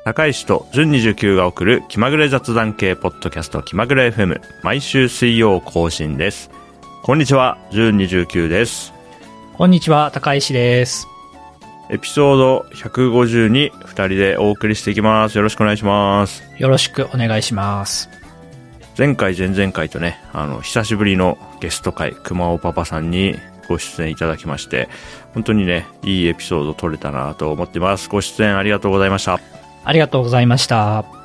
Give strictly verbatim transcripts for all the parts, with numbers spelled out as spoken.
高石とじゅんにじゅうきゅうが送る気まぐれ雑談系ポッドキャスト気まぐれ エフエム、 毎週水曜更新です。こんにちは、じゅんにじゅうきゅうです。 こんにちは、高石です。 エピソードひゃくごじゅうに、ふたりでお送りしていきます。よろしくお願いします。 よろしくお願いします。 前回前々回とね、あの久しぶりのゲスト会、熊尾パパさんにご出演いただきまして、本当にね、いいエピソード撮れたなと思ってます。ご出演ありがとうございました。 ありがとうございました。 はい。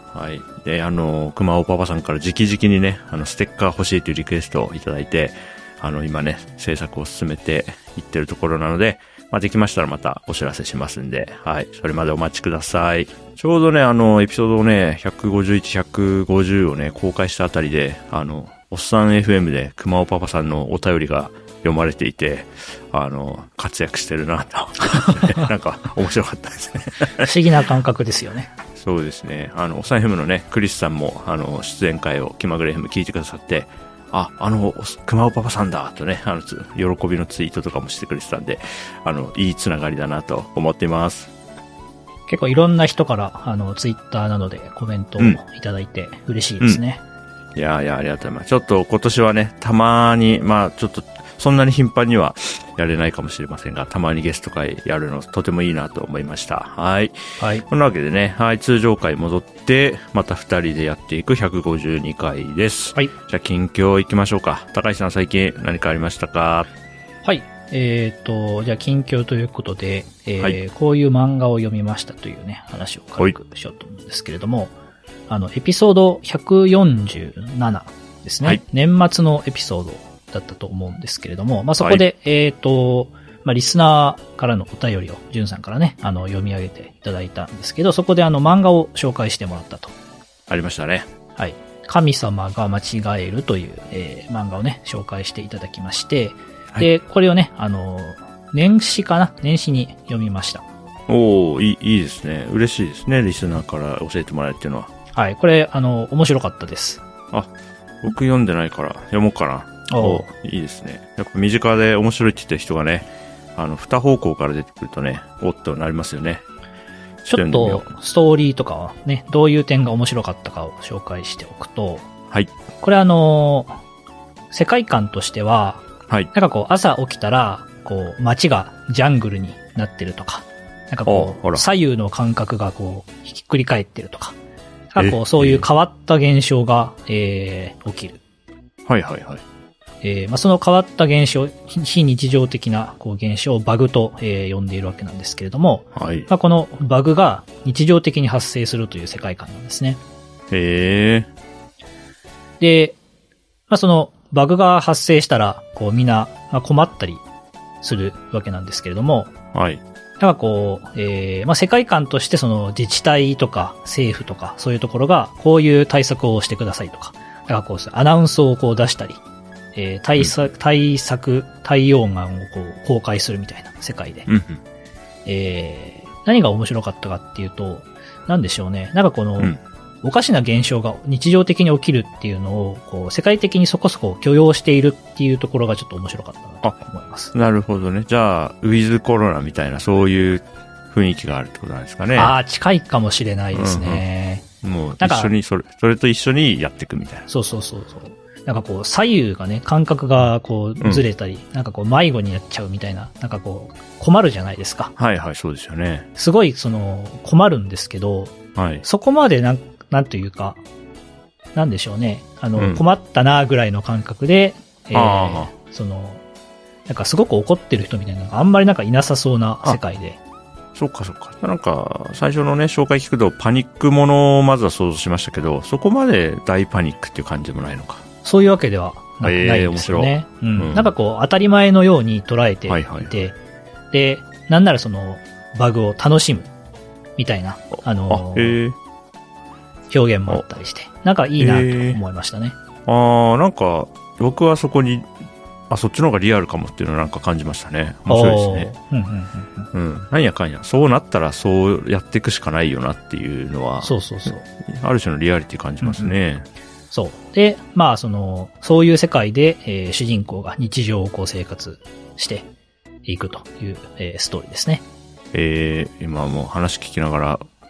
で、あの、熊尾パパさんから直々にね、あの、ステッカー欲しいというリクエストをいただいて、あの、今ね、制作を進めていってるところなので、まあ、できましたらまたお知らせしますんで、はい。それまでお待ちください。ちょうどね、あの、エピソードをね、ひゃくごじゅういち、ひゃくごじゅうをね、公開したあたりで、あの、おっさん エフエム で熊尾パパさんのお便りが読まれていて、あの、活躍してるなと。なんか、面白かったですね。 不思議な感覚ですよね。 そうですね。あの、おっさん エフエム のね、クリスさんも、あの、出演会を気まぐれ エフエム 聞いてくださって、あ、あの、熊尾パパさんだとね、あの、喜びのツイートとかもしてくれてたんで、あの、いいつながりだなと思っています。 結構いろんな人から、あの、ツイッターなどでコメントをいただいて嬉しいですね。 うんうん、いやいや、ありがとうございます。ちょっと今年はね、たまに、まあ、ちょっと、そんなに頻繁にはやれないかもしれませんが、たまにゲスト会やるのとてもいいなと思いました。はい。はい。こんなわけでね、はい、通常回戻って、また二人でやっていくひゃくごじゅうにかいです。はい。じゃあ、近況行きましょうか。高橋さん、最近何かありましたか？ はい。えっと、じゃあ、近況ということで、えーはい、こういう漫画を読みましたというね、話を軽くしようと思うんですけれども、あの、エピソードひゃくよんじゅうななですね。はい。年末のエピソードだったと思うんですけれども、まあ、そこで、はい、えっと、まあ、リスナーからのお便りを、じゅんさんからね、あの、読み上げていただいたんですけど、そこであの、漫画を紹介してもらったと。 ありましたね。 はい。神様が間違えるという、えー、漫画をね、紹介していただきまして、はい、で、これをね、あの、年始かな年始に読みました。 おー、いい、いいですね。嬉しいですね、リスナーから教えてもらえるっていうのは。 はい、これ、あの、面白かったです。 あ、僕読んでないから読もうかな。おいいですね。やっぱ身近で面白いって言ってる人がね、あの、二方向から出てくるとね、おっとなりますよね。 ちょっと、ストーリーとかはね、どういう点が面白かったかを紹介しておくと、はい。これあの、世界観としては、はい。なんかこう、朝起きたら、こう、街がジャングルになってるとか、なんかこう、左右の感覚がこう、ひっくり返ってるとか、なんかこう、そういう変わった現象が、えー、起きる。 はいはいはい。 えーまあ、その変わった現象、非日常的なこう現象をバグと、えー、呼んでいるわけなんですけれども、はい。まあ、このバグが日常的に発生するという世界観なんですね。 へー。で、まあ、そのバグが発生したら、こうみんな、まあ、困ったりするわけなんですけれども、はい。なんかこう、えー、まあ、世界観としてその自治体とか政府とかそういうところがこういう対策をしてくださいとか、なんかこうアナウンスをこう出したり、えー、対策、対策、対応案をこう公開するみたいな世界で。うんうん、えー、何が面白かったかっていうと、なんでしょうね。なんかこの、うん、おかしな現象が日常的に起きるっていうのを、こう、世界的にそこそこ許容しているっていうところがちょっと面白かったなと思います。 なるほどね。じゃあ、ウィズコロナみたいなそういう雰囲気があるってことなんですかね。 ああ、近いかもしれないですね。 うんうん、もう一緒にそれ、それと一緒にやっていくみたいな。 そうそうそうそう。なんかこう、左右がね、感覚がこう、ずれたり、うん、なんかこう、迷子になっちゃうみたいな、なんかこう、困るじゃないですか。 はいはい、そうですよね。 すごい、その、困るんですけど、はい。そこまでなん、なんというか、なんでしょうね。あの、うん、困ったなぐらいの感覚で、えー、その、なんかすごく怒ってる人みたいなのがあんまりなんかいなさそうな世界で。 そっかそっか。なんか、最初のね、紹介聞くとパニックものをまずは想像しましたけど、そこまで大パニックっていう感じでもないのか。 そういうわけではな、えー、ないんですよね。うん、うん。なんかこう、当たり前のように捉えていて、はいはい、で、なんならその、バグを楽しむ、みたいな、あのー、表現もあったりして、なんかいいなと思いましたね。 ああ、なんか、僕はそこに、あ、そっちの方がリアルかもっていうのをなんか感じましたね。面白いですね。うんうんうんうん。なんやかんや、そうなったらそうやっていくしかないよなっていうのは、 そうそうそう。 ある種のリアリティ感じますね。うんうん、 そう。で、まあ、その、そういう世界で、えー、主人公が日常をこう生活していくという、えー、ストーリーですね。 えー、今もう話聞きながら、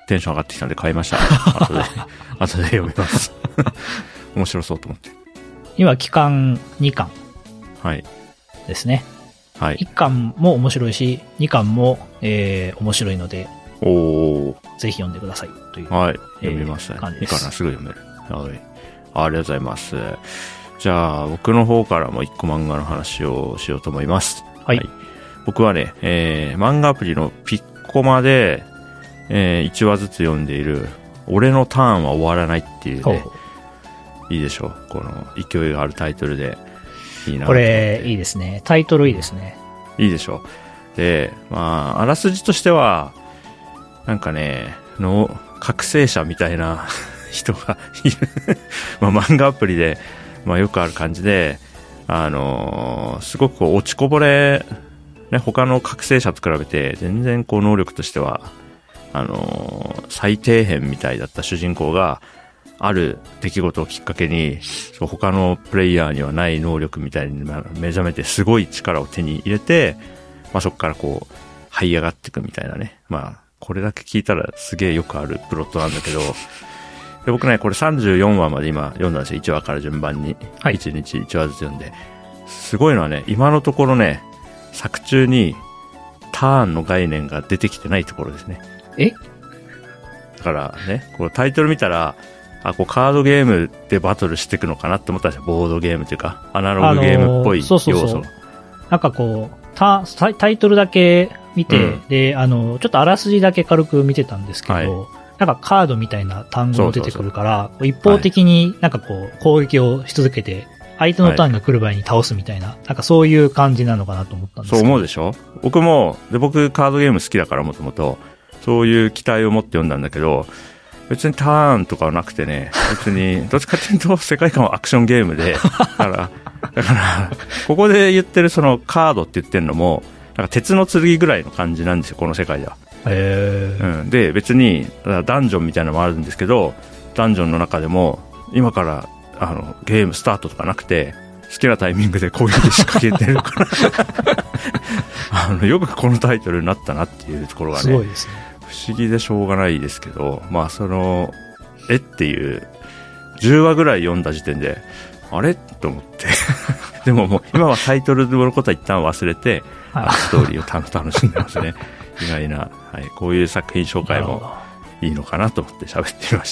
テンション上がってきたんで買いました。後で、後で読みます。面白そうと思って。 今、期間にかん。 はい。 ですね。 はい。 いっかんも面白いし、にかんも、えー、面白いので、 おぜひ読んでくださいという。 はい。読みます。えー、いいかな、すぐ読める。はい。ありがとうございます。じゃあ、僕の方からもいっこ漫画の話をしようと思います。 はい。はい、 僕はね、えー、漫画アプリのピッコマで、えー、いちわずつ読んでいる、俺のターンは終わらないっていうね、いいでしょう。この勢いがあるタイトルで、いいな。 これ、いいですね。タイトルいいですね。 いいでしょう。で、まあ、あらすじとしては、なんかね、の、覚醒者みたいな人がいる。まあ、漫画アプリで、まあ、よくある感じで、あのー、すごくこう落ちこぼれ、ね、他の覚醒者と比べて、全然こう能力としては、あのー、最底辺みたいだった主人公が、ある出来事をきっかけに、他のプレイヤーにはない能力みたいに目覚めてすごい力を手に入れて、まあそこからこう、這い上がっていくみたいなね。まあ、これだけ聞いたらすげえよくあるプロットなんだけど、で僕ね、これさんじゅうよんわまで今読んだんですよ。いちわから順番に。はい。いちにちいちわずつ読んで。すごいのはね、今のところね、作中にターンの概念が出てきてないところですね。 え？ だからね、こうタイトル見たら、あ、こうカードゲームでバトルしていくのかなって思ったんですよ。ボードゲームというか、アナログゲームっぽい要素。そうそうそう。 なんかこう、タ, タイトルだけ見て、うん、で、あの、ちょっとあらすじだけ軽く見てたんですけど、はい、なんかカードみたいな単語も出てくるから、そうそうそう、一方的になんかこう、攻撃をし続けて、相手のターンが来る前に倒すみたいな、はい、なんかそういう感じなのかなと思ったんですけど。 そう思うでしょ？僕も、で、僕カードゲーム好きだからもともと、そういう期待を持って読んだんだけど、別にターンとかはなくてね、別に、どっちかっていうと世界観はアクションゲームで、だから、だから、ここで言ってるそのカードって言ってるのも、なんか鉄の剣ぐらいの感じなんですよ、この世界では。 へー。 うん。で、別に、ダンジョンみたいなのもあるんですけど、ダンジョンの中でも、今から、あの、ゲームスタートとかなくて、好きなタイミングで攻撃仕掛けてるからあの、よくこのタイトルになったなっていうところがね。 すごいですね。 不思議でしょうがないですけど、まあその、えっていう、じゅうわぐらい読んだ時点で、あれと思って。でももう今はタイトルのことは一旦忘れて、はい、ストーリーを楽しんでますね。意外な、はい、こういう作品紹介もいいのかなと思って喋ってみました。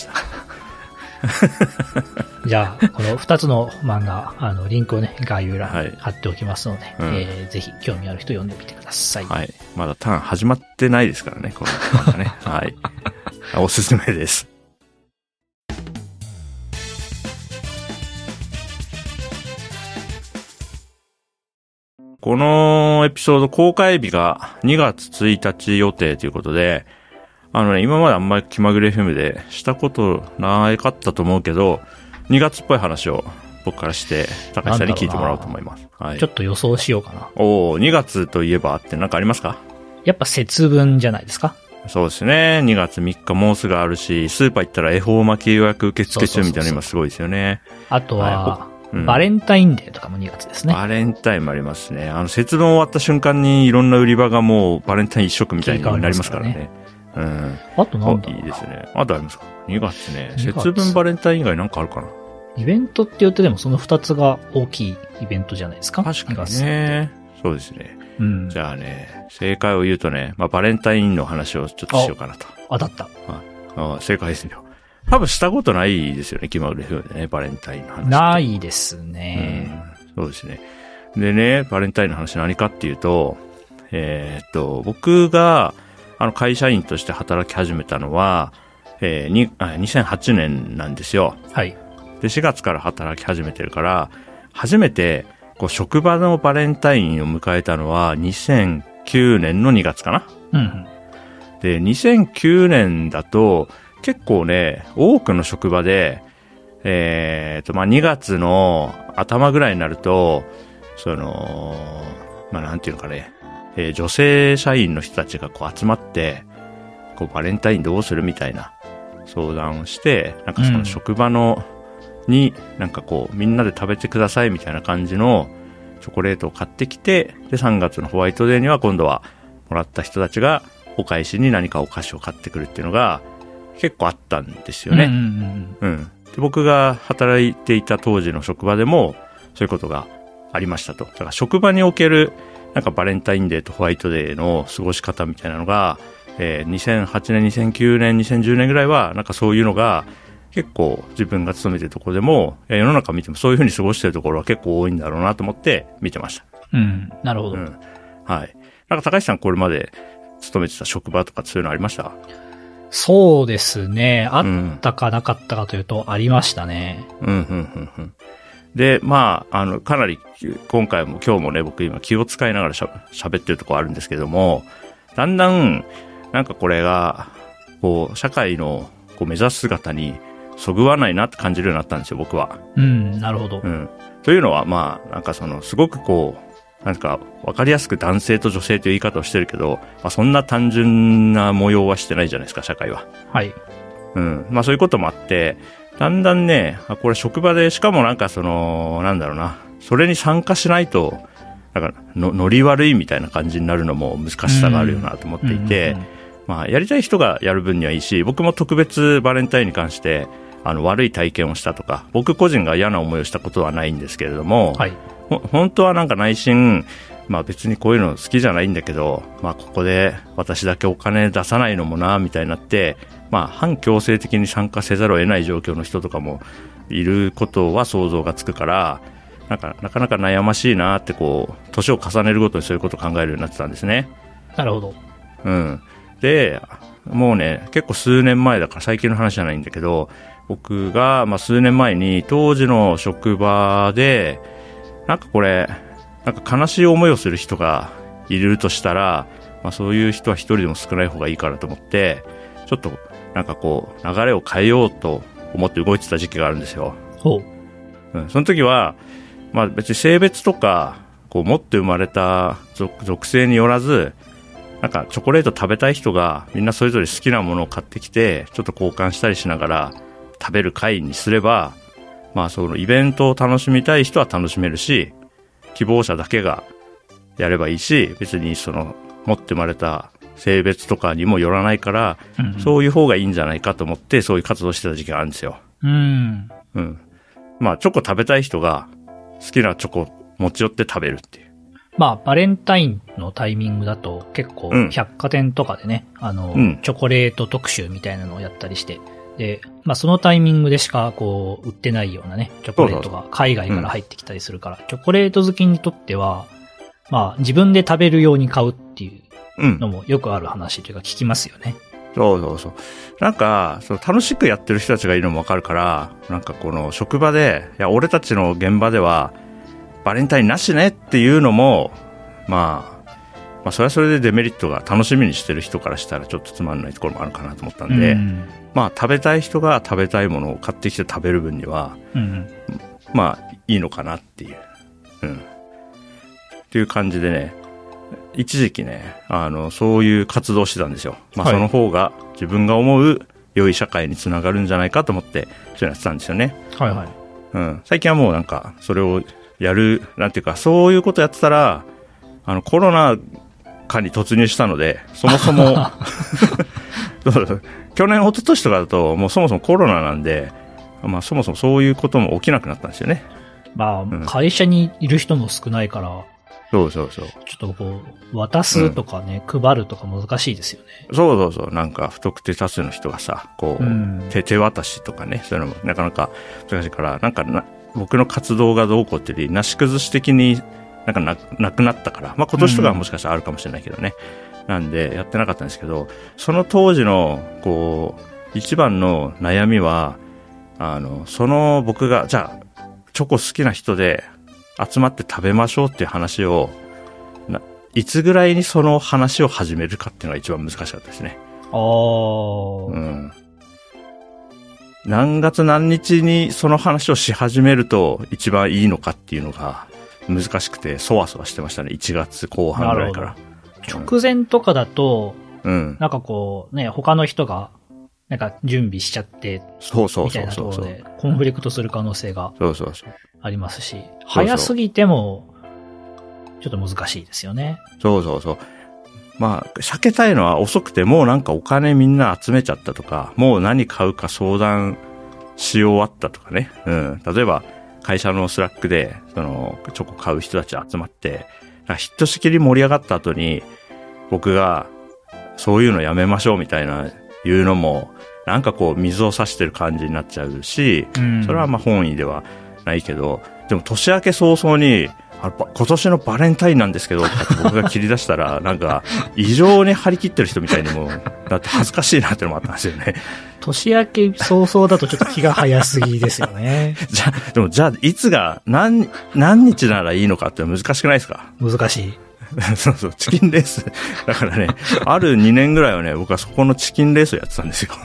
じゃあ、このふたつの漫画、あの、リンクをね、概要欄に貼っておきますので、はい、うん、えー、ぜひ興味ある人読んでみてください。 はい。まだターン始まってないですからね、この漫画ね。はい。おすすめです。このエピソード公開日がにがつついたち予定ということで、あのね、今まであんまり気まぐれ エフエム でしたことなかったと思うけど、にがつっぽい話を僕からして、高橋さんに聞いてもらおうと思います。 はい。ちょっと予想しようかな。 おー、にがつといえばって何かありますか？ やっぱ節分じゃないですか？ そうですね。にがつみっかもうすぐあるし、スーパー行ったら恵方巻き予約受付中みたいなの今すごいですよね。 あとは、はい、うん、バレンタインデーとかもにがつですね。 バレンタインもありますね。あの、節分終わった瞬間にいろんな売り場がもうバレンタイン一色みたいになりますからね。うん。 あとなんだろうな。 いいですね。あとありますか？にがつね。節分バレンタイン以外なんかあるかな？ イベントって言ってでもそのふたつが大きいイベントじゃないですか？ 確かにね。そうですね。 うん。 じゃあね、正解を言うとね、まあバレンタインの話をちょっとしようかなと。 当たった。 ああ、正解ですよ。多分したことないですよね、気まぐれ風でね、バレンタインの話。 ないですね、 うん。そうですね。でね、バレンタインの話何かっていうと、えー、っと、僕が、あの、会社員として働き始めたのは、えー、に、あ、にせんはちねんなんですよ。 はい。 で、しがつから働き始めてるから、初めて、こう、職場のバレンタインを迎えたのは、にせんきゅうねんのにがつかな。 うん、うん。 で、にせんきゅうねんだと、結構ね、多くの職場で、えーと、まあ、にがつの頭ぐらいになると、その、まあ、なんていうのかね、えー、女性社員の人たちがこう集まって、こうバレンタインどうするみたいな相談をして、なんかその職場の、うん、に、なんかこうみんなで食べてくださいみたいな感じのチョコレートを買ってきて、でさんがつのホワイトデーには今度はもらった人たちがお返しに何かお菓子を買ってくるっていうのが、 結構あったんですよね。うんうんうんうん、で僕が働いていた当時の職場でもそういうことがありましたと。だから職場におけるなんかバレンタインデーとホワイトデーの過ごし方みたいなのが、えー、にせんはちねん、にせんきゅうねん、にせんじゅうねんぐらいはなんかそういうのが結構自分が勤めてるところでも、えー、世の中見てもそういうふうに過ごしてるところは結構多いんだろうなと思って見てました。 うん、なるほど。うん、 はい。なんか高橋さんこれまで勤めてた職場とかそういうのありました？ そうですね。あったかなかったかというと、ありましたね。 うん、うん、うん、うん。で、まあ、あの、かなり、今回も今日もね、僕今気を使いながらしゃ喋ってるところあるんですけども、だんだん、なんかこれが、こう、社会のこう目指す姿にそぐわないなって感じるようになったんですよ、僕は。 うん、なるほど。 うん。というのは、まあ、なんかその、すごくこう、なんか、わかりやすく男性と女性という言い方をしてるけど、まあ、そんな単純な模様はしてないじゃないですか、社会は。 はい。 うん。まあ、そういうこともあって、だんだんね、あ、これ職場で、しかもなんかその、なんだろうな、それに参加しないと、なんかの、ノリ悪いみたいな感じになるのも難しさがあるよなと思っていて、うんうんうん、まあ、やりたい人がやる分にはいいし、僕も特別バレンタインに関して、あの、悪い体験をしたとか、僕個人が嫌な思いをしたことはないんですけれども、はい、ほ本当はなんか内心、まあ別にこういうの好きじゃないんだけど、まあここで私だけお金出さないのもな、みたいになって、まあ反強制的に参加せざるを得ない状況の人とかもいることは想像がつくから、なんかなかなか悩ましいなってこう、年を重ねるごとにそういうことを考えるようになってたんですね。 なるほど。 うん。で、もうね、結構数年前だから最近の話じゃないんだけど、僕がまあ数年前に当時の職場で、なんかこれ、なんか悲しい思いをする人がいるとしたら、まあそういう人は一人でも少ない方がいいかなと思って、ちょっとなんかこう流れを変えようと思って動いてた時期があるんですよ。 ほう。うん、その時は、まあ別に性別とか、こう持って生まれた 属, 属性によらず、なんかチョコレート食べたい人がみんなそれぞれ好きなものを買ってきて、ちょっと交換したりしながら食べる会にすれば、まあそのイベントを楽しみたい人は楽しめるし、希望者だけがやればいいし、別にその持って生まれた性別とかにもよらないから、うんうん、そういう方がいいんじゃないかと思ってそういう活動してた時期があるんですよ。 うん。 うん。まあチョコ食べたい人が好きなチョコ持ち寄って食べるっていう。 まあバレンタインのタイミングだと結構百貨店とかでね、うん、あの、うん、チョコレート特集みたいなのをやったりして、で、まあそのタイミングでしかこう売ってないようなね、チョコレートが海外から入ってきたりするから、うん、チョコレート好きにとっては、まあ自分で食べるように買うっていうのもよくある話というか聞きますよね。 うん、そうそうそう。なんか、その楽しくやってる人たちがいるのもわかるから、なんかこの職場で、いや俺たちの現場ではバレンタインなしねっていうのも、まあ、まあそれはそれでデメリットが楽しみにしてる人からしたらちょっとつまんないところもあるかなと思ったんで、うん、まあ食べたい人が食べたいものを買ってきて食べる分には、うん、まあいいのかなっていう、うん、っていう感じでね、一時期ね、あのそういう活動をしてたんですよ。まあその方が自分が思う良い社会につながるんじゃないかと思ってそういうのやってたんですよね。 はいはい。 うん、最近はもうなんかそれをやるなんていうかそういうことやってたらあのコロナ禍に突入したので、そもそも去年、一昨年とかだともうそもそもコロナなんで、まあそもそもそういうことも起きなくなったんですよね。 まあ、うん、会社にいる人も少ないから、 そうそうそう。 ちょっとこう、渡すとかね、うん、配るとか難しいですよね。 そうそうそう。なんか不特定多数の人がさ、こう、うん、手、手渡しとかね、そういうのもなかなか難しいから、なんかな、僕の活動がどうこうっていうより、なし崩し的になんか な, なくなったから、まあ今年とかはもしかしたらあるかもしれないけどね。うん、なんでやってなかったんですけど、その当時の、こう、一番の悩みは、あの、その僕が、じゃあ、チョコ好きな人で集まって食べましょうっていう話を、ないつぐらいにその話を始めるかっていうのが一番難しかったですね。 ああ。 うん。何月何日にその話をし始めると一番いいのかっていうのが難しくて、そわそわしてましたね。いちがつこう半ぐらいから。 直前とかだと、うん。なんかこう、ね、他の人が、なんか準備しちゃって、 そうそうそうそう。みたいなところで、コンフリクトする可能性が、 そうそうそう。 ありますし、早すぎても、ちょっと難しいですよね。 そうそうそう。 まあ、避けたいのは遅くてもうなんかお金みんな集めちゃったとか、もう何買うか相談し終わったとかね。うん。例えば、会社のスラックで、その、チョコ買う人たち集まって、ひとしきり盛り上がった後に、僕が、そういうのやめましょうみたいな言うのも、なんかこう水を差してる感じになっちゃうし、うん、それはまあ本意ではないけど、でも年明け早々に、あ今年のバレンタインなんですけど、って僕が切り出したら、なんか、異常に張り切ってる人みたいにも、だって恥ずかしいなってのもあったんですよね。 年明け早々だとちょっと気が早すぎですよね。 じゃあ、でもじゃあ、いつが、何、何日ならいいのかって難しくないですか？ 難しい。 そうそう、チキンレース。だからね、あるにねんぐらいはね、僕はそこのチキンレースをやってたんですよ。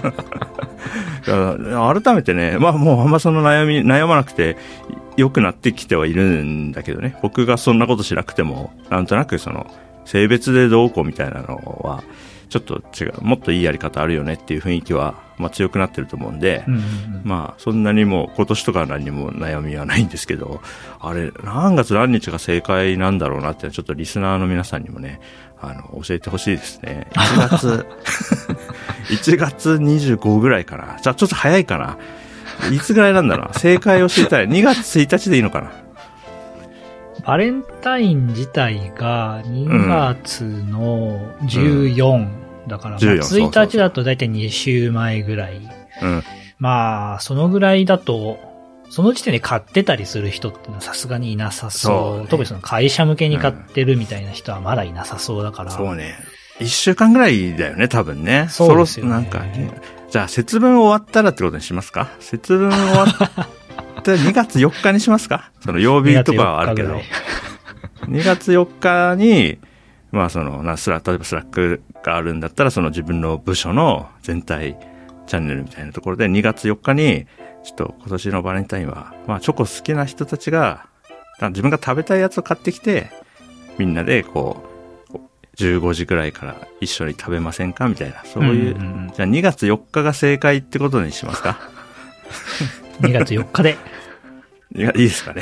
改めてね、まあもうあんまその悩み、悩まなくて良くなってきてはいるんだけどね、僕がそんなことしなくても、なんとなくその、性別でどうこうみたいなのは、ちょっと違う、もっといいやり方あるよねっていう雰囲気は、まあ強くなってると思うんで、うんうんうん、まあそんなにも今年とか何にも悩みはないんですけど、あれ、何月何日が正解なんだろうなってちょっとリスナーの皆さんにもね、あの、教えてほしいですね。いちがつ、いちがつにじゅうごぐらいかな。じゃあちょっと早いかな。いつぐらいなんだろうな。正解を知りたい。にがつついたちでいいのかな。 バレンタイン自体がにがつのじゅうよっか、うん、だから、まあ、ついたちだとだいたいに週前ぐらい。うん、まあ、そのぐらいだと、その時点で買ってたりする人ってのはさすがにいなさそう。そうね、特にその会社向けに買ってるみたいな人はまだいなさそうだから。 うん、そうね。一週間ぐらいだよね、多分ね。 そうですよね。 なんか、じゃあ節分終わったらってことにしますか？節分終わってにがつよっかにしますか？その曜日とかはあるけど。にがつよっかに、まあその、なスラ、例えばスラックがあるんだったら、その自分の部署の全体チャンネルみたいなところで、にがつよっかに、ちょっと今年のバレンタインは、まあチョコ好きな人たちが、自分が食べたいやつを買ってきて、みんなでこう、じゅうごじくらいから一緒に食べませんかみたいな、そういう、うんうんうん、じゃあにがつよっかが正解ってことにしますか？ にがつよっかで。 いや、いいですかね。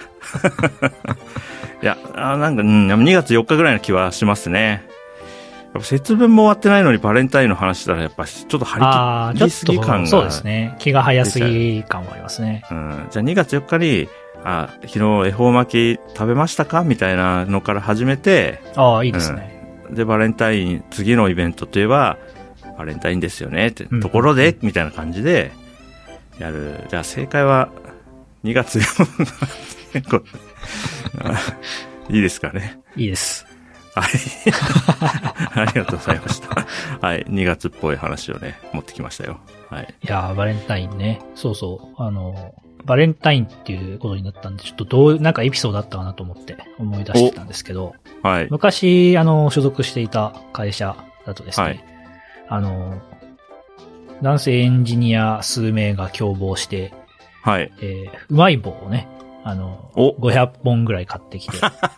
いや、あなんか、うん、にがつよっかぐらいの気はしますね。やっぱ節分も終わってないのにバレンタインの話したらやっぱちょっと張り切りすぎ感が。 そうですね。気が早すぎ感はありますね。 うん。じゃあにがつよっかに、あ、昨日恵方巻き食べましたかみたいなのから始めて。 ああ、いいですね、 うん。で、バレンタイン、次のイベントといえば、バレンタインですよねって、うん、ところで、みたいな感じでやる。じゃあ正解はにがつよっか。いいですかね。 いいです。 はい。ありがとうございました。はい。にがつっぽい話をね、持ってきましたよ。はい。 いやー、バレンタインね。そうそう。あの、バレンタインっていうことになったんで、ちょっとどう、なんかエピソードあったかなと思って思い出してたんですけど。 はい。 昔、あの、所属していた会社だとですね。はい。あの、男性エンジニア数名が共謀して、 はい。 えー、うまい棒をね、あの、ごひゃっぽんぐらい買ってきて。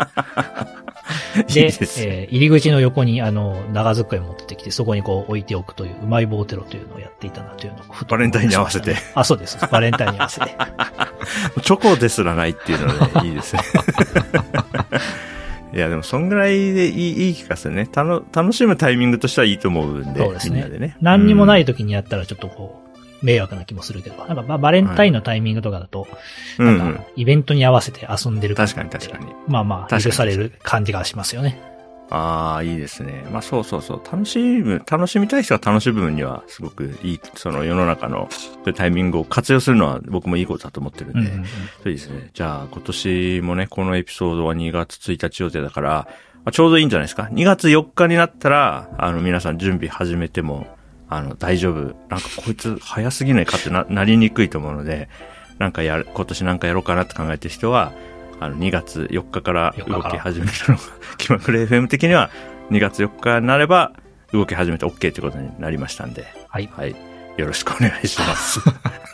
で、いいです、えー、入り口の横に、あの、長机を持ってきて、そこにこう置いておくという、うまい棒テロというのをやっていたなというのを、ね、 バレンタインに合わせて。 あ、そうです。バレンタインに合わせて。 チョコですらないっていうので、ね、いいですね。いや、でも、そんぐらいでいい、いい気がするね。たの、楽しむタイミングとしてはいいと思うんで。 そうですね。 みんなでね。 何にもない時にやったらちょっとこう、迷惑な気もするけど、なんかバレンタインのタイミングとかだと、はい、なんかイベントに合わせて遊んでる感じ、うんうん、確かに確かに。 まあまあ、許される感じがしますよね。 ああ、いいですね。まあそうそうそう。楽しむ、楽しみたい人が楽しむ分にはすごくいい、その世の中のタイミングを活用するのは僕もいいことだと思ってるんで。うんうんうん、そうですね。じゃあ今年もね、このエピソードはにがつついたち予定だから、ちょうどいいんじゃないですか。にがつよっかになったら、あの皆さん準備始めても、あの、大丈夫。なんかこいつ早すぎないかってな、なりにくいと思うので、なんかやる、今年なんかやろうかなって考えてる人は、あの、にがつよっかから動き始めるのが、気まぐれ エフエム 的にはにがつよっかになれば動き始めて OK ということになりましたんで、 はい。 はい。よろしくお願いします。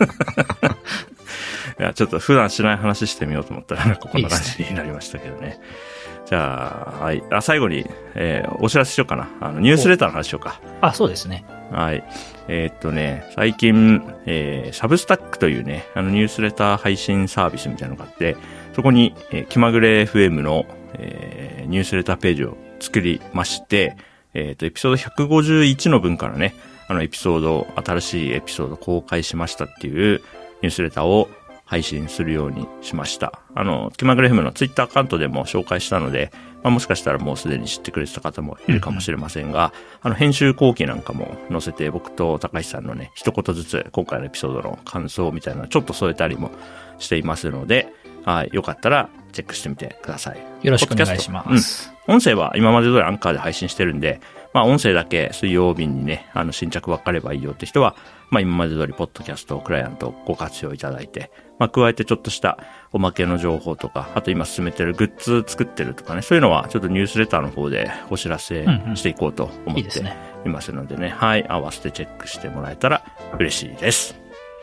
いや、ちょっと普段しない話してみようと思ったら、なんかこんな感じになりましたけどね。いいですね。じゃあ、はい。あ、最後に、えー、お知らせしようかな。あの、ニュースレターの話しようか。 あ、そうですね。 はい。えー、っとね、最近、えー、サブスタックというね、あの、ニュースレター配信サービスみたいなのがあって、そこに、えー、気まぐれ エフエム の、えー、ニュースレターページを作りまして、えっと、エピソードひゃくごじゅういちの分からね、あのエピソード、新しいエピソード公開しましたっていうニュースレターを配信するようにしました。あの、気まぐれ エフエム のツイッターアカウントでも紹介したので、まあ、もしかしたらもうすでに知ってくれてた方もいるかもしれませんが、うん、あの、編集後期なんかも載せて、僕と高橋さんのね、一言ずつ今回のエピソードの感想みたいなのをちょっと添えたりもしていますので、はい、よかったらチェックしてみてください。 よろしくお願いします。 うん。音声は今まで通りアンカーで配信してるんで、まあ音声だけ水曜日にね、あの新着分かればいいよって人は、まあ今まで通りポッドキャストクライアントをご活用いただいて、まあ加えてちょっとしたおまけの情報とか、あと今進めてるグッズ作ってるとかね、そういうのはちょっとニュースレターの方でお知らせしていこうと思っていますのでね、はい、合わせてチェックしてもらえたら嬉しいです。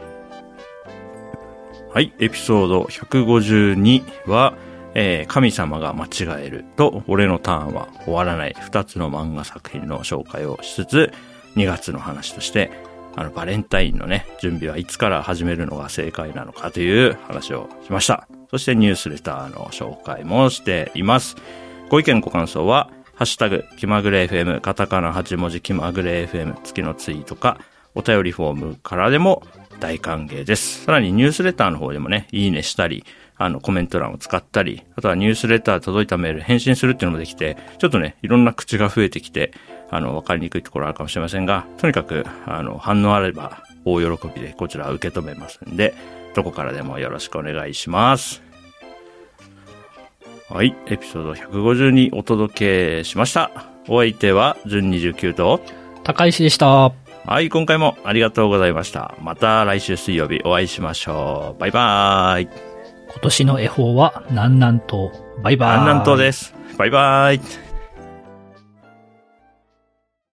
はい、エピソードひゃくごじゅうには、えー、神様が間違えると俺のターンは終わらない二つの漫画作品の紹介をしつつ、にがつの話として、あのバレンタインのね、準備はいつから始めるのが正解なのかという話をしました。そしてニュースレターの紹介もしています。ご意見ご感想は、ハッシュタグ、気まぐれ エフエム、カタカナはち文字気まぐれ エフエム 付きのツイートか、お便りフォームからでも大歓迎です。さらにニュースレターの方でもね、いいねしたり、あのコメント欄を使ったり、あとはニュースレター届いたメール返信するっていうのもできて、ちょっとね、いろんな口が増えてきて、あの、わかりにくいところあるかもしれませんが、とにかく、あの、反応あれば大喜びでこちら受け止めますんで、どこからでもよろしくお願いします。はい、エピソードひゃくごじゅうにお届けしました。お相手は、順にじゅうきゅうと、 高石でした。 はい、今回もありがとうございました。また来週水曜日お会いしましょう。バイバーイ。 今年の恵方は南南東。バイバーイ。 南南東です。バイバーイ。